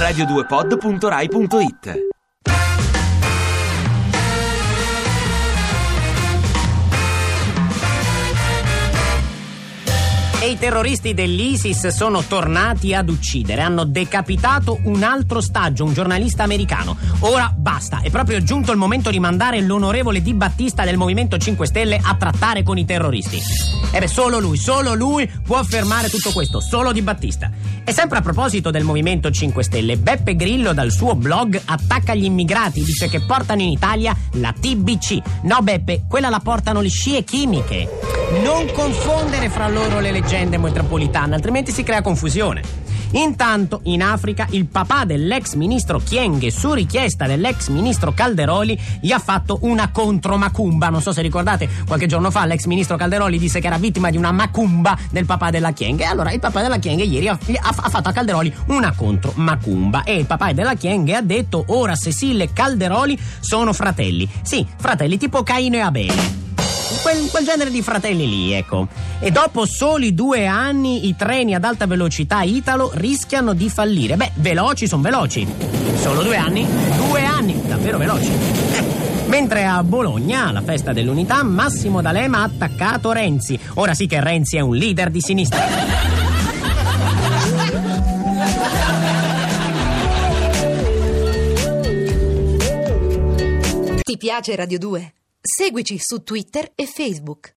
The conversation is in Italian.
radio2pod.rai.it. E i terroristi dell'ISIS sono tornati ad uccidere. Hanno decapitato un altro ostaggio, un giornalista americano. Ora basta, è proprio giunto il momento di mandare l'onorevole Di Battista del Movimento 5 Stelle a trattare con i terroristi. Solo lui può fermare tutto questo, solo Di Battista. E sempre a proposito del Movimento 5 Stelle, Beppe Grillo dal suo blog attacca gli immigrati, dice che portano in Italia la TBC. No Beppe, quella la portano le scie chimiche. Non confondere fra loro le leggende metropolitane, altrimenti si crea confusione. Intanto, in Africa, il papà dell'ex ministro Kyenge, su richiesta dell'ex ministro Calderoli, gli ha fatto una contromacumba. Non so se ricordate, qualche giorno fa l'ex ministro Calderoli disse che era vittima di una macumba del papà della Kyenge. E allora il papà della Kyenge ieri ha fatto a Calderoli una contromacumba. E il papà della Kyenge ha detto: ora Cecilia e Calderoli sono fratelli. Sì, fratelli tipo Caino e Abele. Quel genere di fratelli lì, ecco. E dopo soli 2 anni i treni ad alta velocità Italo rischiano di fallire. Veloci sono veloci. Solo 2 anni? 2 anni, davvero veloci. Mentre a Bologna, alla festa dell'unità, Massimo D'Alema ha attaccato Renzi. Ora sì che Renzi è un leader di sinistra. Ti piace Radio 2? Seguici su Twitter e Facebook.